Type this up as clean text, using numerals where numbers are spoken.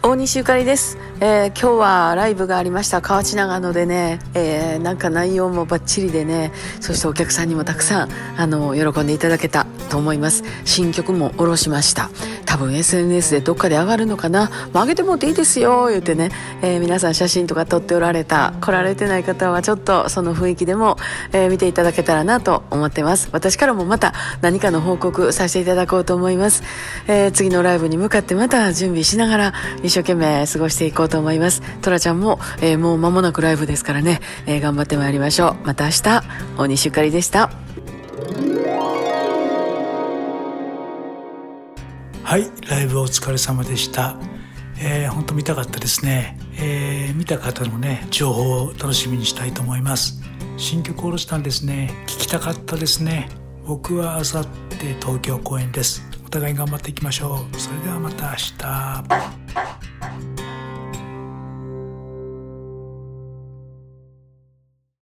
大西ゆかりです。今日はライブがありました河内長野でね、なんか内容もバッチリでね、そしてお客さんにもたくさん喜んでいただけたと思います。新曲も下ろしました。多分 SNS でどっかで上がるのかな、上げてもっていいですよ言ってね、皆さん写真とか撮っておられた、来られてない方はちょっとその雰囲気でも、見ていただけたらなと思ってます。私からもまた何かの報告させていただこうと思います。次のライブに向かってまた準備しながら一生懸命過ごしていこうと思います。トラちゃんも、もう間もなくライブですからね、頑張ってまいりましょう。また明日。大西ゆかりでした。 はい、ライブお疲れ様でした。本当見たかったですね。見た方のね情報を楽しみにしたいと思います。新曲を下ろしたんですね。聞きたかったですね。僕は明後日東京公演です。お互い頑張っていきましょう。それではまた明日。